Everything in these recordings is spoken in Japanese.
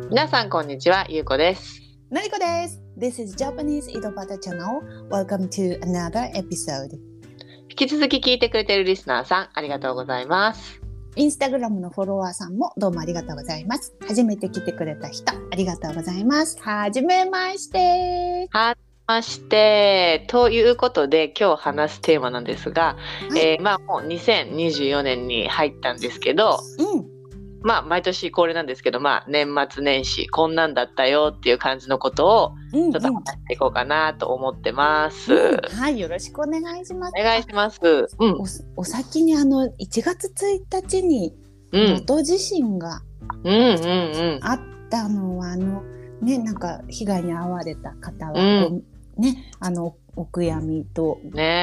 皆さんこんにちは、ゆうこです。 のりこです。This is Japanese 井戸端 Channel. Welcome to another episode. 引き続き聞いてくれているリスナーさん、ありがとうございます。 インスタグラムのフォロワーさんもどうもありがとうございます。初めて来てくれた人、ありがとうございます。はじめまして。 はじめまして。ということで、今日話すテーマなんですが、 はい、 もう2024年に入ったんですけど、毎年恒例なんですけど、年末年始こんなんだったよっていう感じのことをちょっと話していこうかなと思ってます。 はい、よろしくお願いします。 お願いします。 お先に1月1日に能登地震があったのは、なんか被害に遭われた方は、お悔やみと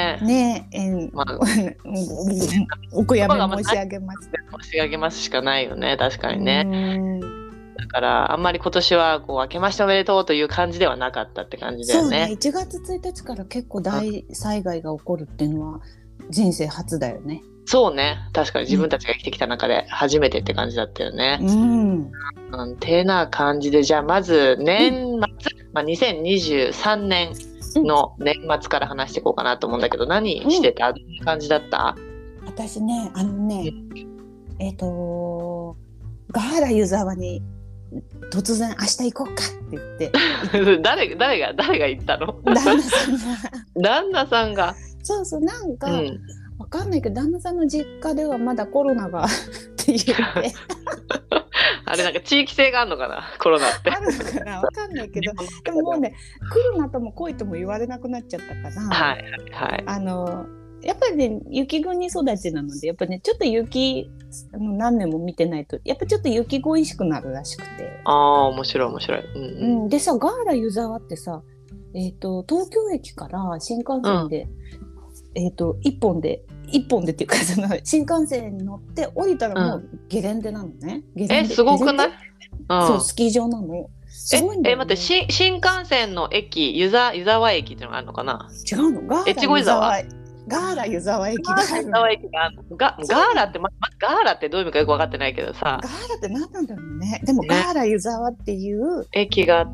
お悔やみ申し上げます。 申し上げますしかないよね、確かにね。だからあんまり今年は明けましておめでとうという感じではなかったって感じだよね。 そうね、1月1日から結構大災害が起こるっていうのは人生初だよね。 そうね、確かに自分たちが生きてきた中で初めてって感じだったよね。てな感じで、じゃあまず年末、2023年の年末から話していこうかなと思うんだけど、何してた？どんな感じだった？ 私ね、ガハラ湯沢に突然明日行こうかって言って誰が言ったの？旦那さんがそうなんか、わかんないけど旦那さんの実家ではまだコロナがって言ってあれなんか地域性があるのかな、コロナって。 あるのかな、わかんないけどでももうね、来るなとも来いとも言われなくなっちゃったから、やっぱりね、雪国育ちなので、やっぱね、ちょっと雪何年も見てないとやっぱちょっと雪恋しくなるらしくて。 面白い。 でさ、ガーラ湯沢ってさ、東京駅から新幹線で、一本でっていうか、その新幹線に乗って降りたらもうゲレンデなのね。 すごくない？ そう、スキー場なの。すごいんだよね。 待って、新幹線の駅、湯沢駅っていうのがあるのかな？ 違うの？ガーラ湯沢駅があるの。 ガーラってガーラってどういう意味かよく分かってないけどさ。 ガーラって何なんだろうね。でもガーラ湯沢っていう駅があって、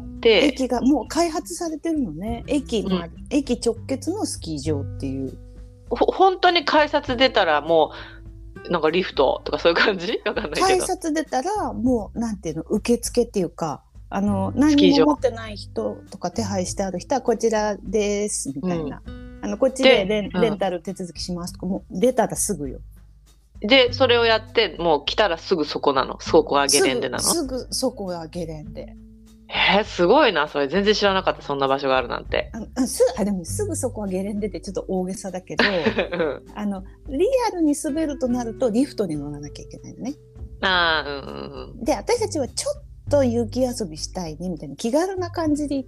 駅がもう開発されてるのね。駅直結のスキー場っていう。 本当に改札出たらもうなんかリフトとかそういう感じ？わかんないけど。 改札出たらもうなんていうの、受付っていうか、何も持ってない人とか手配してある人はこちらですみたいな。こっちでレンタル手続きしますとか、もう出たらすぐよ。 でそれをやってもう来たらすぐそこなの？そこがゲレンデなの？ すぐそこがゲレンデ。 すごいな、それ全然知らなかった、そんな場所があるなんて。 でもすぐそこはゲレンデってちょっと大げさだけどリアルに滑るとなるとリフトに乗らなきゃいけないのね。で、私たちはちょっと雪遊びしたいねみたいな気軽な感じで行って、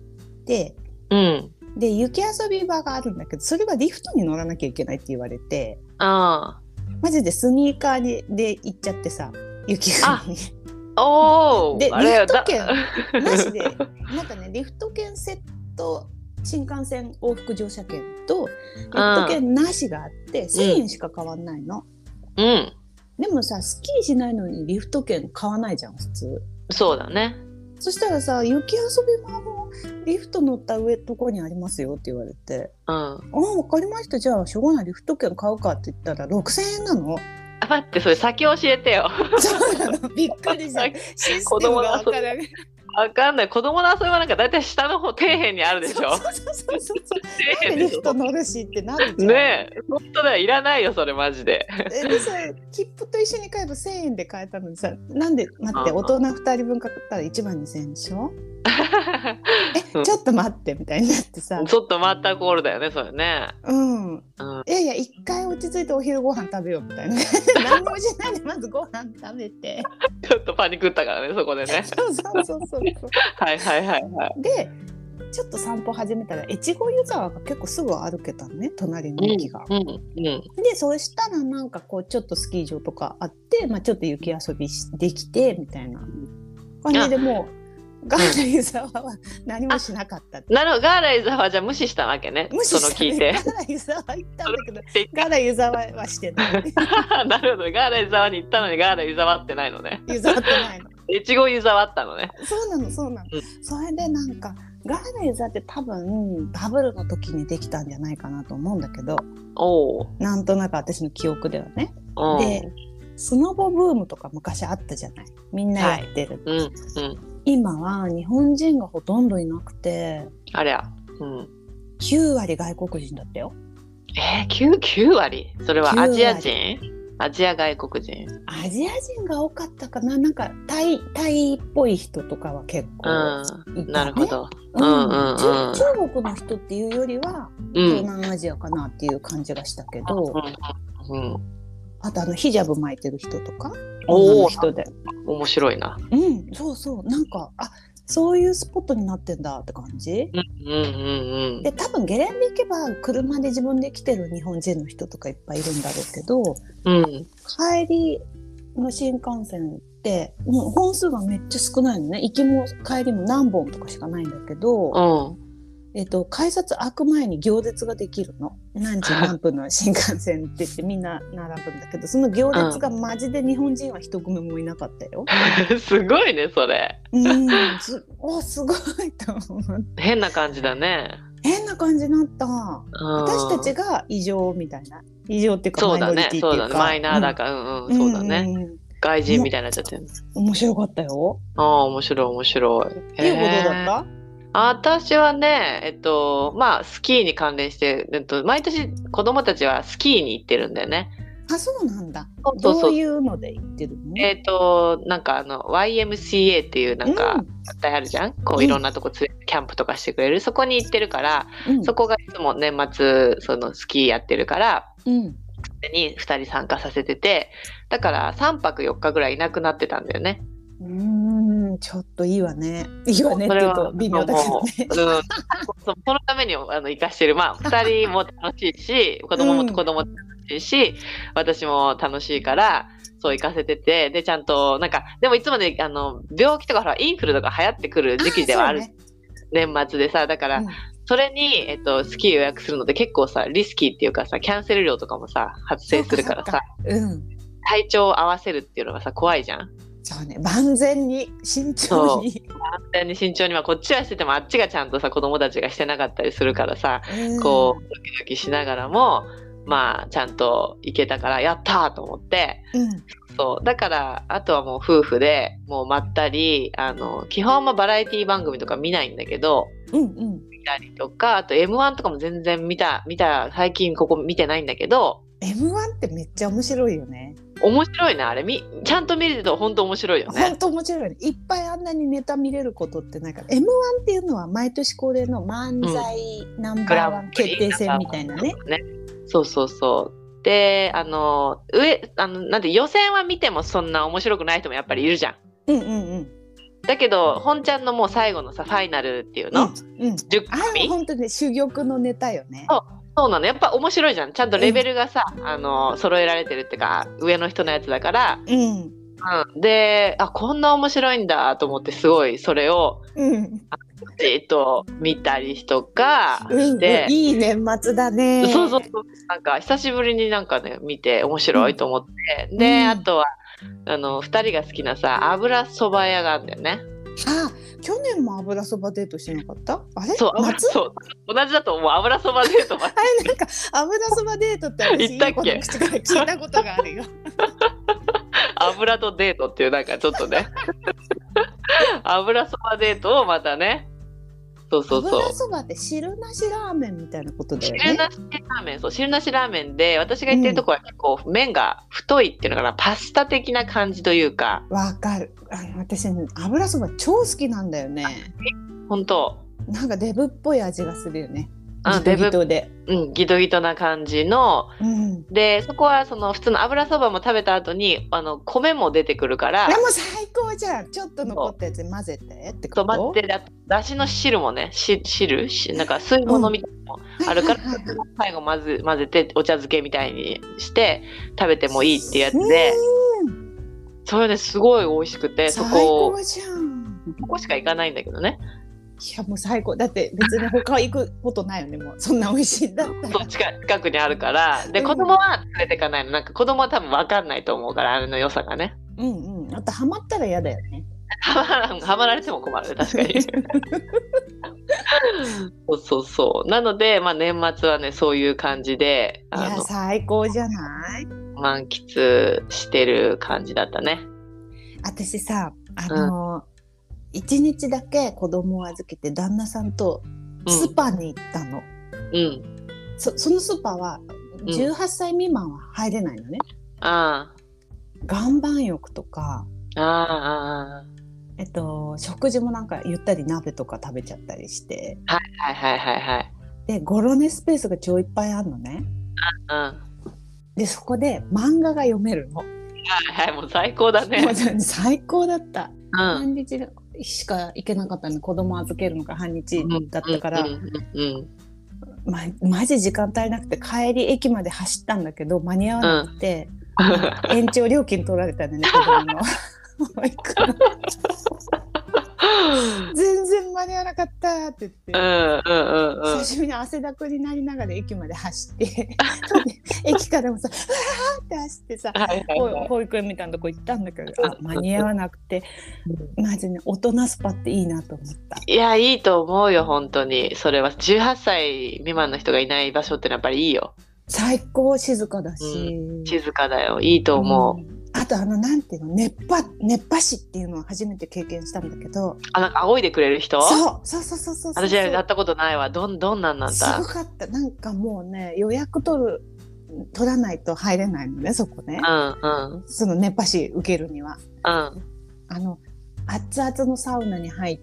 で雪遊び場があるんだけど、それはリフトに乗らなきゃいけないって言われて、マジでスニーカーで行っちゃってさ、雪国に。でリフト券なしでなんかね、リフト券セット、新幹線往復乗車券とリフト券なしがあって1000円しか変わんないの。でもさ、スキーしないのにリフト券買わないじゃん普通。 そうだね。 そしたらさ、雪遊びもリフト乗ったとこにありますよって言われて、わかりました、じゃあしょうがない、リフト券買うかって言ったら6000円なの。 待って、それ先教えてよ。 そうなの、びっくりした。システムが分からない。 分かんない。子供の遊びはなんかだいたい下の方、底辺にあるでしょ。 そうリフト乗るしってなるじゃん。 ねえ、本当だよ、いらないよそれマジで。 でさ、切符と一緒に買えば1000円で買えたのにさ、なんで待って、大人2人分買ったら1万2000円でしょ。ちょっと待ってみたいになってさ、 ちょっと待ったコールだよね、それね。 いや一回落ち着いてお昼ご飯食べようみたいな。何もしないでまずご飯食べてちょっとパニックったからね、そこでね。 そうはいでちょっと散歩始めたら越後湯沢が結構すぐ歩けたのね、隣の駅が。でそうしたらなんかこうちょっとスキー場とかあって、ちょっと雪遊びできてみたいな感じで、もうガーラ湯沢は何もしなかったって。 なるほど、ガーラ湯沢はじゃあ無視したわけね。 無視したね。 その聞いてガーラ湯沢行ったんだけどガーラ湯沢はしてない。 なるほど、ガーラ湯沢に行ったのにガーラ湯沢ってないのね。 湯沢ってないの。 越後湯沢あったのね。 そうなの。それでなんかガーナ湯沢って多分バブルの時にできたんじゃないかなと思うんだけど、なんとなく私の記憶ではね。でスノボブームとか昔あったじゃない、みんなやってる、今は日本人がほとんどいなくて、 ありゃ、 9割外国人だったよ。 9割？それはアジア人？アジア外国人？ アジア人が多かったかな。なんかタイっぽい人とかは結構いたね。 なるほど。 中国の人っていうよりは東南アジアかなっていう感じがしたけど、あとヒジャブ巻いてる人とか女の人で面白いな。 そうなんかそういうスポットになってんだって感じ。で多分ゲレンデ行けば車で自分で来てる日本人の人とかいっぱいいるんだろうけど、帰りの新幹線ってもう本数がめっちゃ少ないのね。行きも帰りも何本とかしかないんだけど、改札開く前に行列ができるの。何時何分の新幹線って言ってみんな並ぶんだけど、その行列がマジで日本人は一組もいなかったよ。 すごいねそれ。 すごいと思う。 変な感じだね。 変な感じになった。私たちが異常みたいな。異常っていうかマイノリティっていうか。そうだね。マイナーだから、そうだね。外人みたいになっちゃってる。 面白かったよ。 面白い。 いいことだった？ 私はね、スキーに関連して、毎年子供たちはスキーに行ってるんだよね。 そうなんだ。どういうので行ってるの？なんかYMCA っていうなんか団体あるじゃん。こういろんなとこキャンプとかしてくれる。そこに行ってるから、そこがいつも年末そのスキーやってるから、に2人参加させてて、だから3泊4日ぐらいいなくなってたんだよね。 ちょっといいわねっていうと微妙だけどね。 そのために生かしてる。2人も楽しいし、子供も楽しいし、私も楽しいからそう行かせてて、でちゃんとなんかでもいつもね病気とかインフルとか流行ってくる時期ではある、年末でさ、だから、それに、スキー予約するので結構さリスキーっていうかさ、キャンセル料とかもさ発生するからさ、体調を合わせるっていうのがさ怖いじゃん。 そうね、万全に慎重にこっちはしててもあっちがちゃんとさ子供たちがしてなかったりするからさ、こうドキドキしながらもちゃんと行けたからやったーと思って、そうだからあとはもう夫婦でもうまったり、基本バラエティ番組とか見ないんだけど、見たりとか、あと M1 とかも全然見た最近ここ見てないんだけど、 M1 ってめっちゃ面白いよね。 面白いなあれ。ちゃんと見れると本当面白いよね。 本当面白いよね。いっぱいあんなにネタ見れることってなんか M1 っていうのは毎年恒例の漫才ナンバーワン決定戦みたいなね。 そうでなんで予選は見てもそんな面白くない人もやっぱりいるじゃん。だけど本ちゃんのもう最後のさファイナルっていうの、10組本当に珠玉のネタよね。 そうなの、やっぱ面白いじゃん。ちゃんとレベルがさ、揃えられてるっていうか上の人のやつだから、でこんな面白いんだと思って、すごいそれをじっと見たりとかして、 いい年末だね。 そうなんか久しぶりになんかね見て面白いと思って、であとは2人が好きなさ油そば屋があるんだよね。 去年も油そばデートしてなかった？あれ？ そう同じだと思う。油そばデートなんか油そばデートって私言ったっけ？ 口から聞いたことがあるよ。 油とデートっていうなんかちょっとね油そばデートをまたね。油そばって汁なしラーメンみたいなことだよね。 汁なしラーメン、汁なしラーメンで、私が言ってるところは結構麺が太いっていうのかな、パスタ的な感じというか。 わかる。私油そば超好きなんだよね。 本当。 なんかデブっぽい味がするよね。 ギトギトで、ギトギトな感じの、でそこはその普通の油そばも食べた後に米も出てくるから、 でも最高じゃん。ちょっと残ったやつ混ぜてってこと？ 待って、だしの汁もね、なんか吸い物みたいなのもあるから、最後混ぜてお茶漬けみたいにして食べてもいいっていうやつで、それですごい美味しくて、そこ最高じゃん。 ここしか行かないんだけどね。 いやもう最高だって、別に他行くことないよね。もうそんな美味しいんだったら。 近くにあるから。で子供は連れてかないの。なんか子供は多分分かんないと思うから、あれの良さがね。 あとハマったら嫌だよね。 はまられても困るね、確かに。そうそうそう。なので、まあ、年末はね、そういう感じで、 いや、最高じゃない？ 満喫してる感じだったね。 私さ、1日だけ子供を預けて旦那さんとスーパーに行ったの。 うん。 そのスーパーは18歳未満は入れないのね。岩盤浴とか、食事もなんかゆったり鍋とか食べちゃったりして。で、ゴロ寝スペースが超いっぱいあるのね。で、そこで漫画が読めるの。 もう最高だね。 最高だった。半日しか行けなかったの、子供預けるのが半日だったから、マジ時間足りなくて帰り駅まで走ったんだけど間に合わなくて、延長料金取られたんだね、子供の。全然間に合わなかったって言って、久しぶりに汗だくになりながら駅まで走って駅からもさ、わーって走ってさ、保育園みたいなとこ行ったんだけど、間に合わなくて、マジね、大人スパっていいなと思った。 いや、いいと思うよ、本当に。それは18歳未満の人がいない場所ってのはやっぱりいいよ。 最高静かだし、 静かだよ、いいと思う。 あとなんていうの、熱波師っていうのを初めて経験したんだけど。 なんか仰いでくれる人？ そう。 私はやったことないわ。どんなんなんだ？ すごかった。なんかもうね、予約取らないと入れないのね、そこね。その熱波師受けるには。熱々のサウナに入って、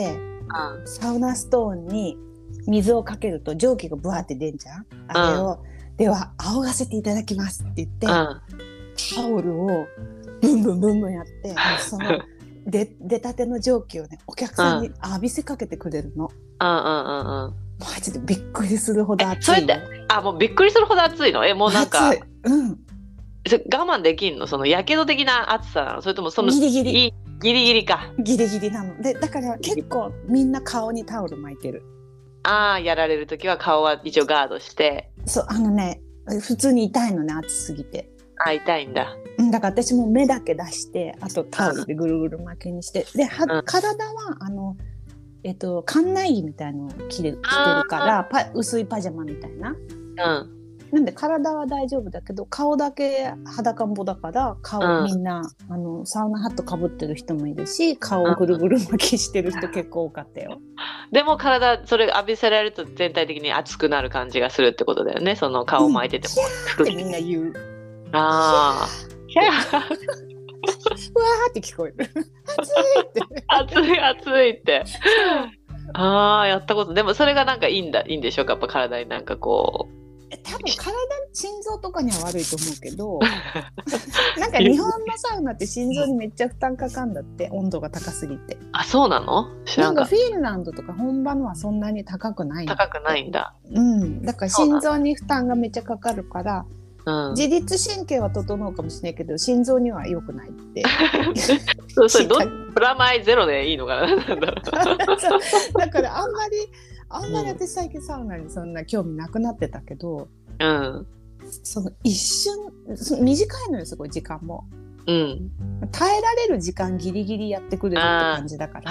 サウナストーンに水をかけると蒸気がブワーって出んじゃん。あれを、では仰がせていただきますって言って。タオルをブンブンブンブンやって、その出たての蒸気をね、お客さんに浴びせかけてくれるの。マジでびっくりするほど暑いの。 それってもうびっくりするほど暑いの？もうなんか、我慢できんの？そのやけど的な暑さなの？それともそのギリギリか。ギリギリなので、だから結構みんな顔にタオル巻いてる。 やられる時は顔は一応ガードして。 そう、普通に痛いのね、暑すぎて。 痛いんだ。 だから私も目だけ出して、あとタオルでぐるぐる巻きにして、で体は館内着みたいのを着てるから、薄いパジャマみたいな。なんで体は大丈夫だけど、顔だけ裸んぼだから、みんなサウナハットかぶってる人もいるし、顔をぐるぐる巻きしてる人結構多かったよ。 でもそれ浴びせられると全体的に熱くなる感じがするってことだよね。その顔巻いてても。 ってみんな言う。 わーって聞こえる。 暑いって。やったこと。でもそれがなんかいいんでしょうか、やっぱ体になんかこう。 多分心臓とかには悪いと思うけどなんか日本のサウナって心臓にめっちゃ負担かかんだって、温度が高すぎて。 そうなの？ なんかフィンランドとか本場のはそんなに高くないんだ。 高くないんだ。 だから心臓に負担がめっちゃかかるから、自律神経は整うかもしれないけど心臓には良くないってそれプラマイゼロでいいのかなだからあんまり私最近サウナにそんな興味なくなってたけど、その一瞬短いのよ、すごい時間も。耐えられる時間ギリギリやってくれるって感じだから。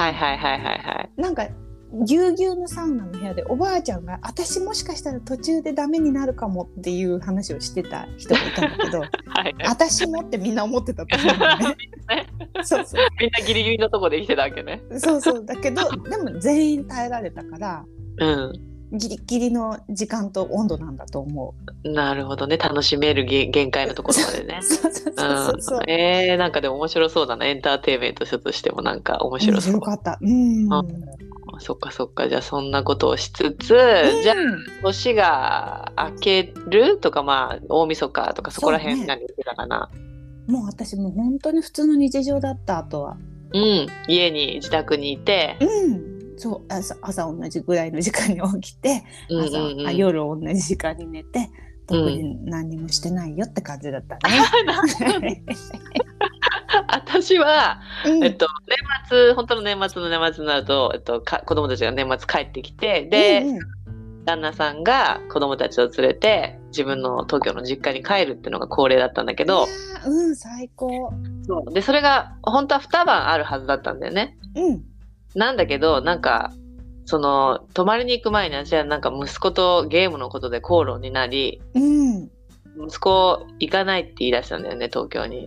なんかぎゅうぎゅうのサウナの部屋でおばあちゃんが、私もしかしたら途中でダメになるかもっていう話をしてた人がいたんだけど私もってみんな思ってたと思うんだよね。そうみんなギリギリのとこで生きてたわけね。 そうだけどでも全員耐えられたから、ギリギリの時間と温度なんだと思う。なるほどね、楽しめる限界のところまでね。なんかでも面白そうだな、エンターテインメントとしてもなんか面白そう。 面白かった。 そっか。じゃあそんなことをしつつ、じゃあ年が明けるとか、大晦日とかそこら辺何言ってたかな。 もう私もう本当に普通の日常だった。あとは家に自宅にいて、 そう朝同じぐらいの時間に起きて、夜同じ時間に寝て、特に何もしてないよって感じだったね。 私は、年末、本当の年末になると、子供たちが年末帰ってきて、で、旦那さんが子供たちを連れて自分の東京の実家に帰るっていうのが恒例だったんだけど、 最高。 そうでそれが本当は2晩あるはずだったんだよね。なんだけどなんかその泊まりに行く前に私はなんか息子とゲームのことで口論になり、息子行かないって言い出したんだよね、東京に。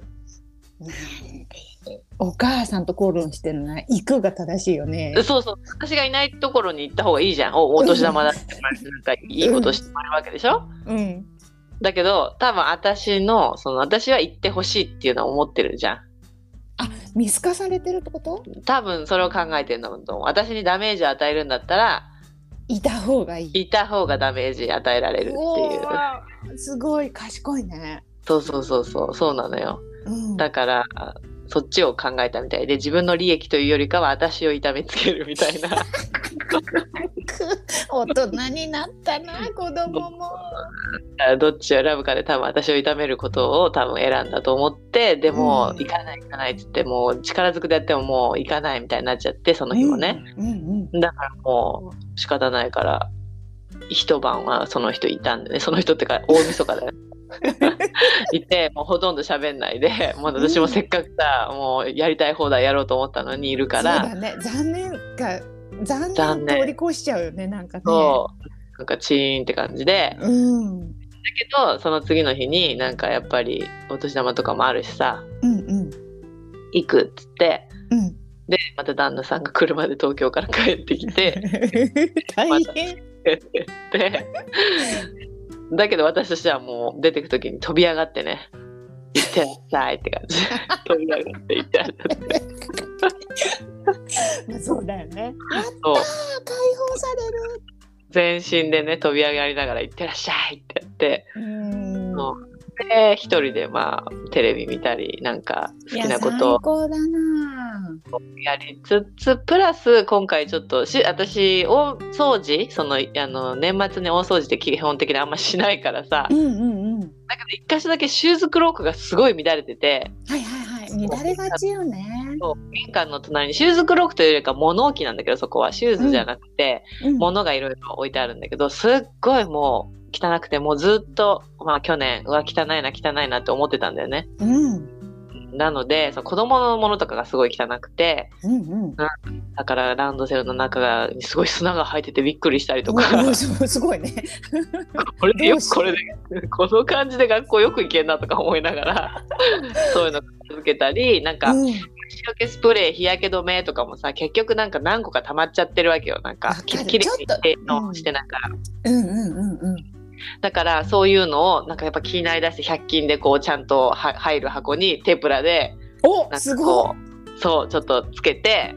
お母さんと口論してるな。行くが正しいよね。 そうそう、私がいないところに行った方がいいじゃん。お年玉だってなんかいいことしてもらうわけでしょ。だけど多分私は行ってほしいっていうのは思ってるじゃん。 見透かされてるってこと？ 多分それを考えてるんだと思う。私にダメージを与えるんだったらいた方がいい。 いた方がダメージ与えられるっていう。 すごい賢いね。 そうなのよ。だからそっちを考えたみたいで、自分の利益というよりかは私を痛めつけるみたいな。 大人になったな、子供も。 どっちを選ぶかで多分私を痛めることを多分選んだと思って、でも、行かないって言ってもう力ずくでやってももう行かないみたいになっちゃって、その日もね、だからもう仕方ないから一晩はその人いたんでね、その人ってか大晦日だよ。いてもうほとんど喋んないで、もう私もせっかくさ、もうやりたい放題やろうと思ったのにいるから。 そうだね、残念通り越しちゃうよね、なんかね。 そうなんかチーンって感じで、だけどその次の日になんかやっぱりお年玉とかもあるしさ、行くっつって、でまた旦那さんが車で東京から帰ってきて大変だけど私としてはもう出てく時に飛び上がってね、行ってらっしゃいって感じで飛び上がって行ってらっしゃい。そうだよね。やったー、解放される。 全身でね飛び上がりながら行ってらっしゃいってやって、で一人でまあテレビ見たりなんか好きなことを最高だなやりつつ、プラス今回ちょっと私大掃除年末に大掃除って基本的にあんましないからさ、だけど一箇所だけシューズクロークがすごい乱れてて、 乱れがちよね。 玄関の隣にシューズクロークというよりか物置なんだけど、そこはシューズじゃなくて、物がいろいろ置いてあるんだけど、すっごいもう汚くて、もうずっと去年汚いなって思ってたんだよね。なので子供のものとかがすごい汚くて、だからランドセルの中がすごい砂が入っててびっくりしたりとかすごいね。 これでこの感じで学校よく行けんなとか思いながらそういうの続けたり、なんか虫除けスプレー、日焼け止めとかもさ、結局なんか何個か溜まっちゃってるわけよ。なんかきれいにしてないから。だからそういうのをなんかやっぱ気になりだして、100均でこうちゃんと入る箱にテープラですごいそうちょっとつけて、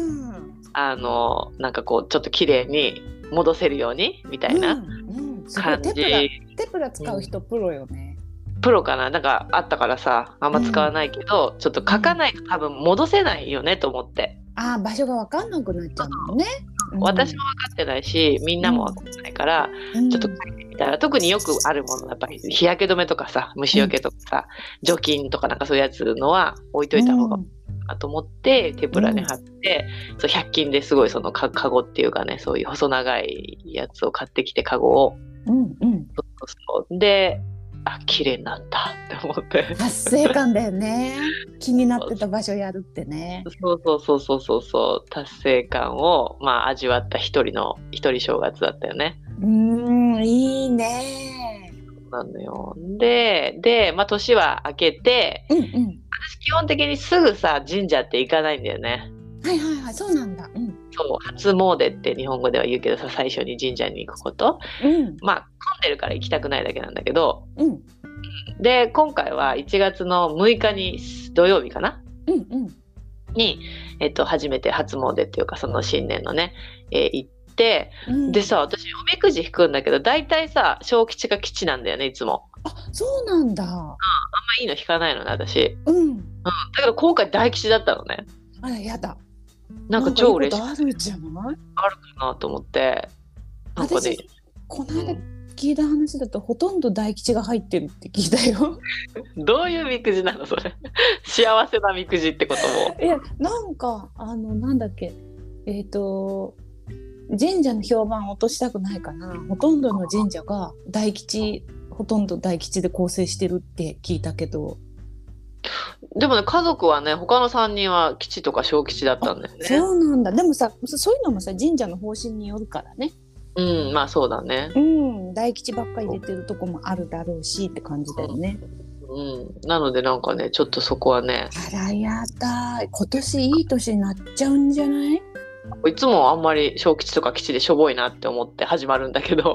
なんかこうちょっと綺麗に戻せるようにみたいな感じ。 テープラ使う人プロよね。 プロかな、なんかあったからさ、あんま使わないけど、ちょっと書かないと多分戻せないよねと思って。 場所が分かんなくなっちゃうのね。 私も分かってないし、みんなも分かってないから、ちょっと書いてみたら、特によくあるもの、やっぱり日焼け止めとかさ、虫除けとかさ、除菌とかなんかそういうやつのは置いといた方がいいなと思って、テープラに貼って、そう100均ですごいそのカゴっていうかね、そういう細長いやつを買ってきて、カゴを。で綺麗になったって思って、 達成感だよね。気になってた場所やるってね。 そう達成感を味わった一人正月だったよね。 いいね。 そうなのよ。で年は明けて、私基本的にすぐさ神社って行かないんだよね。 そうなんだ。 そう初詣って日本語では言うけどさ、最初に神社に行くこと、混んでるから行きたくないだけなんだけど、で今回は1月の6日に土曜日かな、に、初めて初詣っていうかその新年のね、行って、でさ、私おみくじ引くんだけど大体さ小吉か吉なんだよね、いつも。 そうなんだ。あんまいいの引かないのね私。だけど今回大吉だったのね。 やだ。 なんか超嬉しい。 あるじゃない？ あるかなと思って。なんかね、 この間聞いた話だとほとんど大吉が入ってるって聞いたよ。 どういうみくじなのそれ？幸せなみくじってことも？ なんかなんだっけ、神社の評判を落としたくないかな、ほとんどの神社が大吉ほとんど大吉で構成してるって聞いたけど。 でもね、家族はね、他の3人は吉とか小吉だったんだよね。 そうなんだ。でもさ、そういうのもさ、神社の方針によるからね。 まあそうだね。 大吉ばっかり入れてるとこもあるだろうしって感じだよね。 なのでなんかね、ちょっとそこはね。 あらやだ。今年いい年になっちゃうんじゃない？ いつもあんまり小吉とか吉でしょぼいなって思って始まるんだけど。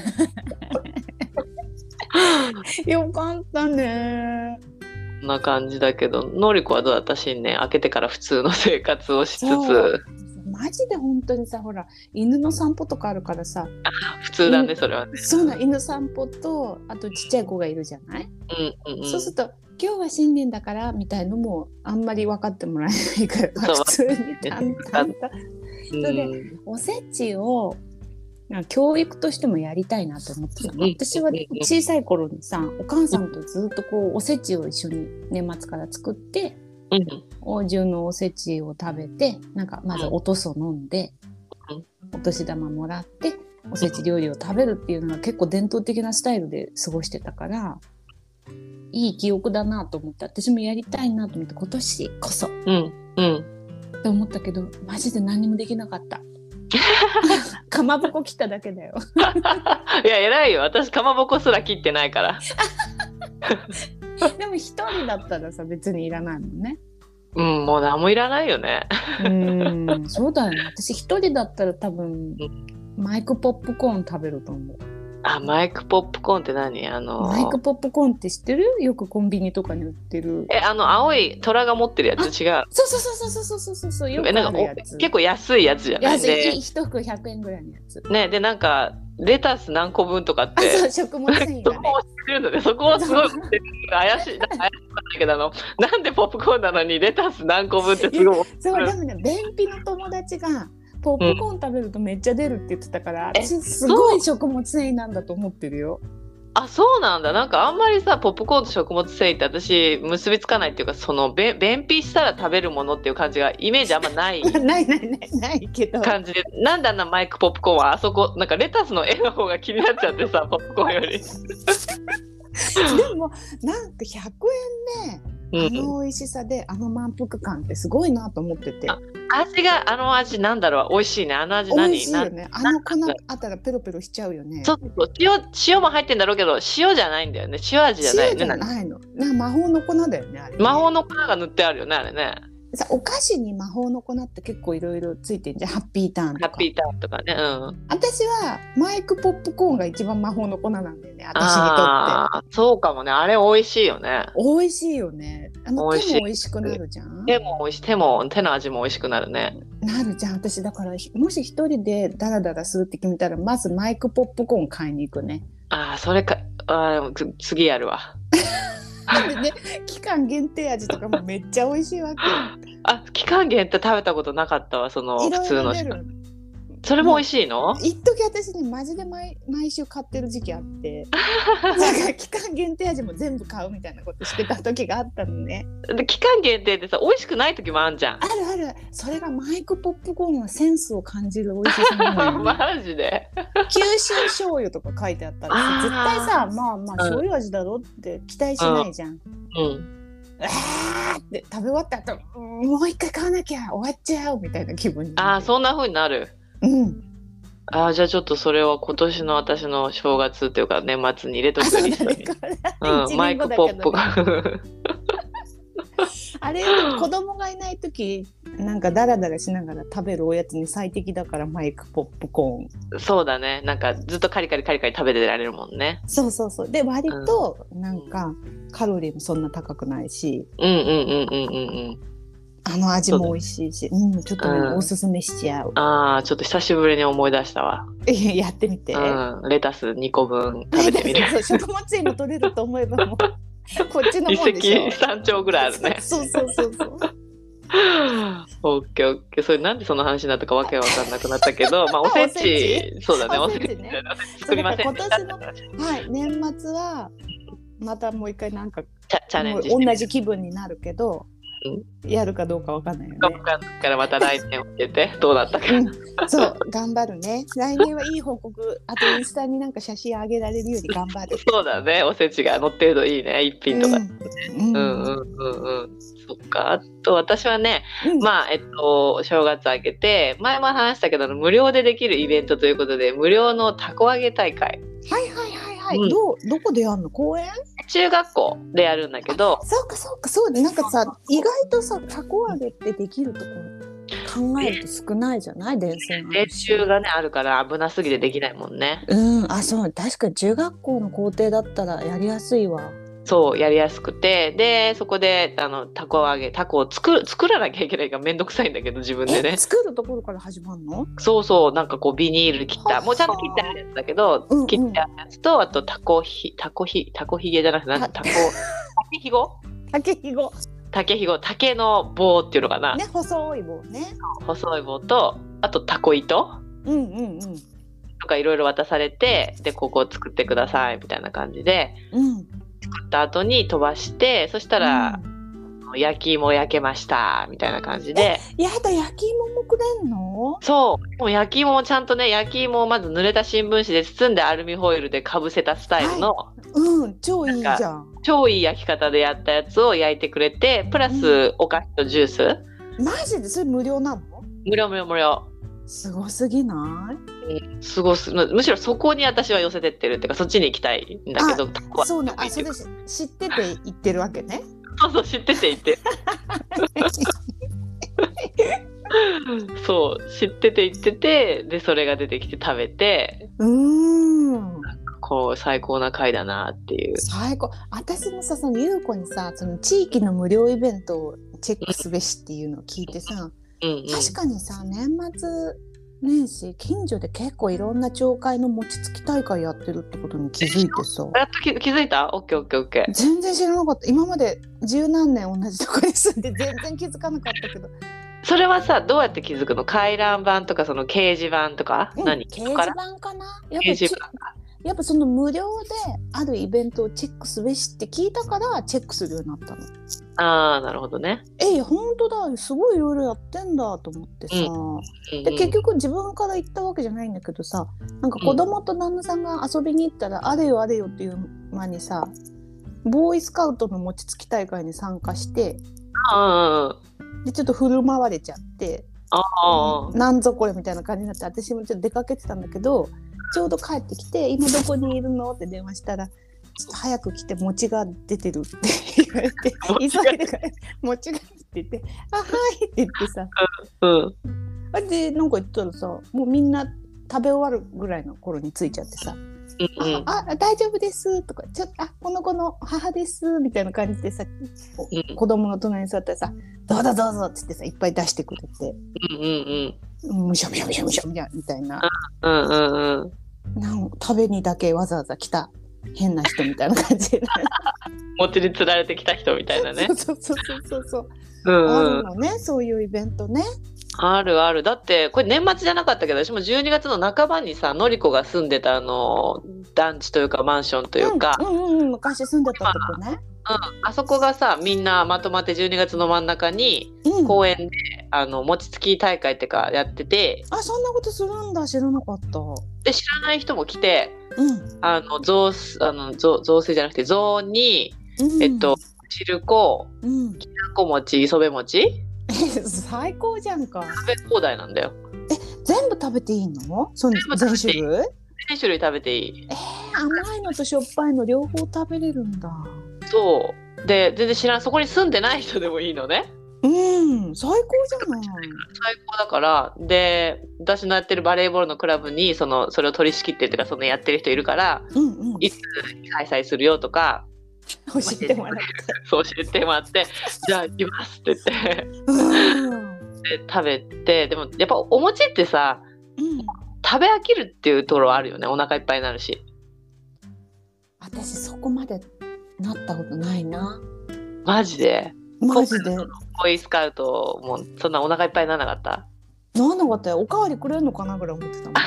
よかったね。 こんな感じだけど、のりこはどうだった？新年明けてから普通の生活をしつつ。 マジで本当にさ、ほら犬の散歩とかあるからさ。 普通だね、それはね。 そうな、犬散歩とあとちっちゃい子がいるじゃない？そうすると今日は新年だからみたいのもあんまり分かってもらえないから普通に淡々と。それでおせちを教育としてもやりたいなと思ってた。私は小さい頃にさ、お母さんとずっとこうおせちを一緒に年末から作って、お重のおせちを食べて、なんかまずおとそ飲んで、お年玉もらっておせち料理を食べるっていうのが結構伝統的なスタイルで過ごしてたから、いい記憶だなと思って、私もやりたいなと思って、今年こそって思ったけど、マジで何もできなかった。かまぼこ切っただけだよ。 いや偉いよ、私かまぼこすら切ってないから。 でも一人だったらさ、別にいらないもんね。 もう何もいらないよね。 そうだよね。私一人だったら多分、マイクポップコーン食べると思う。 マイクポップコーンって何？ マイクポップコーンって知ってる？よくコンビニとかに売ってる。 青い虎が持ってるやつ違う？ そうよくあるやつ。 結構安いやつじゃない？ 安い、一袋100円ぐらいのやつ。 ね、でなんかレタス何個分とかって。 そう、食物繊維がね。 そこはすごい怪しいんだけど、なんでポップコーンなのにレタス何個分ってすごい。 そう、でもね、便秘の友達がポップコーン食べるとめっちゃ出るって言ってたから、私すごい食物繊維なんだと思ってるよ。 そうなんだ。なんかあんまりさ、ポップコーンと食物繊維って私結びつかないっていうか、その便秘したら食べるものっていう感じがイメージあんまないないけど感じで、なんであんなマイクポップコーンはあそこなんかレタスの絵の方が気になっちゃってさ、ポップコーンより。 でもなんか100円で美味しさで満腹感ってすごいなと思ってて。 味なんだろう、美味しいね。味何？ 美味しいよね。粉あったらペロペロしちゃうよね。 そう塩も入ってんだろうけど、塩じゃないんだよね。塩味じゃないね。 塩じゃないの。魔法の粉だよね、あれね。 魔法の粉が塗ってあるよね、あれね。 さ、お菓子に魔法の粉って結構いろいろついてんじゃん。ハッピーターンとか。 ハッピーターンとかね。 私はマイクポップコーンが一番魔法の粉なんだよね、私にとって。 そうかもね。あれ美味しいよね。 美味しいよね。手も美味しくなるじゃん。 手も美味しい。手の味も美味しくなるね。 なるじゃん。私だからもし一人でダラダラするって決めたら、まずマイクポップコーン買いに行くね。 それか。次やるわ。 でね、期間限定味とかもめっちゃ美味しいわけ。 期間限定食べたことなかったわ、その普通の。それも美味しいの？ 一時私にマジで毎週買ってる時期あって、だから期間限定味も全部買うみたいなことしてた時があったのね。 で期間限定でさ、美味しくない時もあるじゃん。 ある。それがマイクポップコーンはセンスを感じる美味しさなのよ、ね。 マジで？ 九州醤油とか書いてあったら絶対さ、まあ醤油味だろって期待しないじゃん。って食べ終わった後、もう一回買わなきゃ終わっちゃうみたいな気分になる。 そんな風になる。じゃあちょっとそれは今年の私の正月っていうか年末に入れとくリストに。マイクポップが。 あれ子供がいない時なんかダラダラしながら食べるおやつに最適だから、マイクポップコーン。 そうだね。なんかずっとカリカリ食べてられるもんね。 そうで割となんかカロリーもそんな高くないし、味も美味しいし、ちょっとね、おすすめしちゃう。 ちょっと久しぶりに思い出したわ。 やってみて。 レタス2個分食べてみる。 食物繊維も取れると思えばもうこっちのもんでしょ。 一石三鳥ぐらいあるね。 そう。 オッケー。それなんでその話になったかわけわかんなくなったけど、おせち、そうだね、おせちね。作りません。 今年の年末はまたもう一回なんかチャレンジ同じ気分になるけど、 やるかどうかわかんないよね。 からまた来年教えてどうだったか、 そう頑張るね。来年はいい報告、あとインスタになんか写真あげられるように頑張る。 そうだね、おせちが載ってるといいね、一品とか。そっか。あと私はね、正月明けて前も話したけど無料でできるイベントということで無料のたこ揚げ大会。どこでやるの？公園？ 中学校でやるんだけど。 そうで、なんかさ意外とさたこ揚げってできるところ考えると少ないじゃない？練習がねあるから危なすぎてできないもんね。 そう確かに中学校の校庭だったらやりやすいわ。 そうやりやすくて、でそこでたこを作らなきゃいけないからめんどくさいんだけど自分でね。 作るところから始まるの？ そうなんかこうビニール切ったもうちゃんと切ってあるやつだけど、切ってあるやつとあとたこひげじゃなくて竹ひご竹の棒っていうのかな、 細い棒ね。 細い棒とあとたこ糸とかいろいろ渡されて、でここを作ってくださいみたいな感じで、作った後に飛ばして、そしたら、焼き芋焼けましたみたいな感じで。 焼き芋もくれんの？ そう、もう焼き芋もちゃんとね、焼き芋をまず濡れた新聞紙で包んでアルミホイルでかぶせたスタイルの、 超いいじゃん。 超いい焼き方でやったやつを焼いてくれて、プラスお菓子とジュース。 マジでそれ無料なの？ 無料。 すごすぎない？ むしろそこに私は寄せてってるっていうか、そっちに行きたいんだけど。 そうね。それ知ってて行ってるわけね。 そう知ってて行ってそう知ってて行ってて、でそれが出てきて食べて、こう最高な回だなっていう。最高。 私もさ、その優子にさ、その地域の無料イベントをチェックすべしっていうのを聞いてさ、確かにさ、年末年始近所で結構いろんな町会の餅つき大会やってるってことに気づいてさ。 やっと気づいた？オッケー。 全然知らなかった。今まで十何年同じとこに住んで全然気づかなかったけど。 それはさ、どうやって気づくの？回覧板とかその掲示板とか？ 掲示板かな？やっぱその無料であるイベントをチェックすべしって聞いたからチェックするようになったの。 なるほどね。 本当だ、すごいいろいろやってんだと思ってさ、で結局自分から行ったわけじゃないんだけどさ、なんか子供と旦那さんが遊びに行ったら、あれよっていう間にさ、ボーイスカウトの餅つき大会に参加して、でちょっと振る舞われちゃって、なんぞこれみたいな感じになって、私もちょっと出かけてたんだけど、ちょうど帰ってきて、今どこにいるのって電話したら、ちょっと早く来て餅が出てるって言われて、急いで餅がって言って、はいって言ってさ、でなんか言ったらさ、もうみんな食べ終わるぐらいの頃に着いちゃってさ、大丈夫ですとか、この子の母ですみたいな感じでさ、子供の隣に座ったらさ、どうぞって言ってさ、いっぱい出してくれて、むしゃみたいな、食べにだけわざわざ来た変な人みたいな感じで餅につられてきた人みたいなね。 そうあるのね、そういうイベントね。 ある。だってこれ年末じゃなかったけど、私も12月の半ばにさ、のりこが住んでた団地というかマンションというか、 昔住んでたとこね。 あそこがさ、みんなまとまって12月の真ん中に公園で、餅つき大会ってかやってて、 そんなことするんだ、知らなかった。 で知らない人も来て、雑炊じゃなくて雑煮、汁粉、きなこ餅、磯辺餅最高じゃんか。 食べ放題なんだよ。 全部食べていいの？全種類？ 全種類食べていい。 甘いのとしょっぱいの両方食べれるんだ。 そうで、全然知らない、そこに住んでない人でもいいのね。 最高じゃない。 最高だから。で私のやってるバレーボールのクラブにそれを取り仕切ってるとか、そのやってる人いるから、いつ開催するよとか教えてもらってそう教えてもらってじゃあ行きますって言ってで食べて、でもやっぱお餅ってさ、食べ飽きるっていうところあるよね。お腹いっぱいになるし。 私そこまでなったことないな。 マジでボーイスカウトもそんなお腹いっぱいにならなかった？ なんなかったよ。おかわりくれるのかなぐらい思ってたもん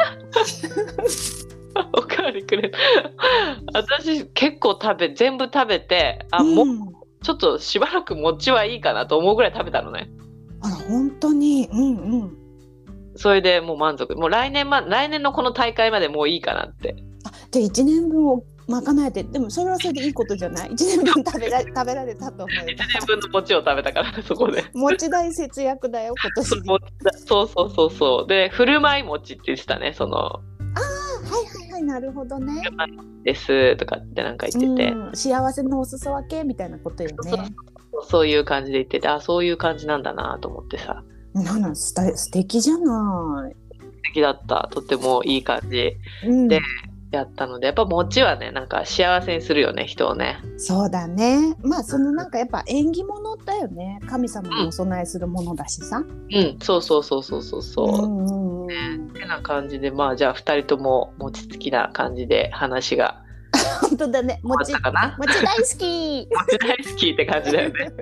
おかわりくれる私結構全部食べて、もうちょっとしばらく餅はいいかなと思うぐらい食べたのね。 あら本当に、うんうん。 それでもう満足。もう来年のこの大会までもういいかなって。 あ、じゃあ1年分を賄えて、でもそれはそれでいいことじゃない？ 1 年分食べられたと思えば。 1年分の餅を食べたからそこで。 餅代節約だよ今年。 そうで振る舞い餅って言ってたね、その。 はいはいはい、なるほどね。 ですとかってなんか言ってて、 幸せのお裾分けみたいなことよね。 そういう感じで言ってて、あ、そういう感じなんだなと思ってさ。 素敵じゃない。 素敵だった。とってもいい感じでやったので、やっぱ餅はね、なんか幸せにするよね、人をね。 そうだね。まあそのなんかやっぱ縁起物だよね。神様にお供えするものだしさ。 そう。ってな感じで、まあじゃあ2人とも餅つきな感じで話が。 本当だね。餅大好き。 餅大好きって感じだよね。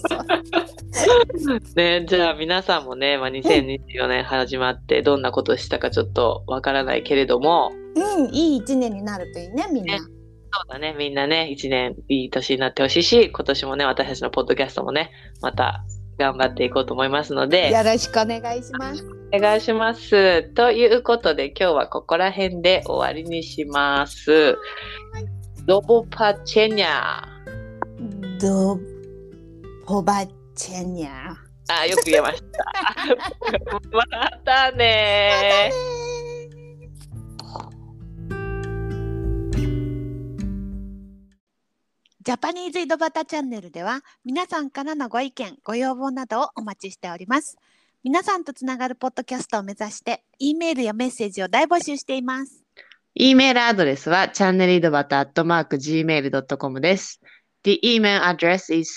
そうね、じゃあ皆さんもね、2024年始まってどんなことしたかちょっとわからないけれども、 いい1年になるといいね、みんな。 そうだね、みんなね、1年いい年になってほしいし、今年もね、私たちのポッドキャストもね、また頑張っていこうと思いますので、 よろしくお願いします。 お願いします。ということで、今日はここら辺で終わりにします。ドボパチェニャ。 ドボバチェニャ。 あ、よく言えました。またね。 ジャパニーズ井戸端チャンネルでは皆さんからのご意見、ご要望などをお待ちしております。皆さんとつながるポッドキャストを目指して、Eメールやメッセージを大募集しています。 Eメールアドレスは channelidobata@gmail.com です。The email address is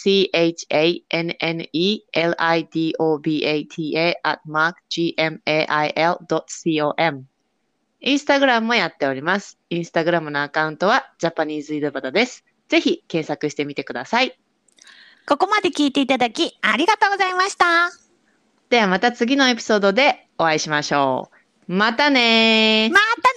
channelidobata@gmail.com。インスタグラムもやっております。インスタグラムのアカウントはジャパニーズ井戸端です。ぜひ検索してみてください。 ここまで聞いていただきありがとうございました。 ではまた次のエピソードでお会いしましょう。またねー。 また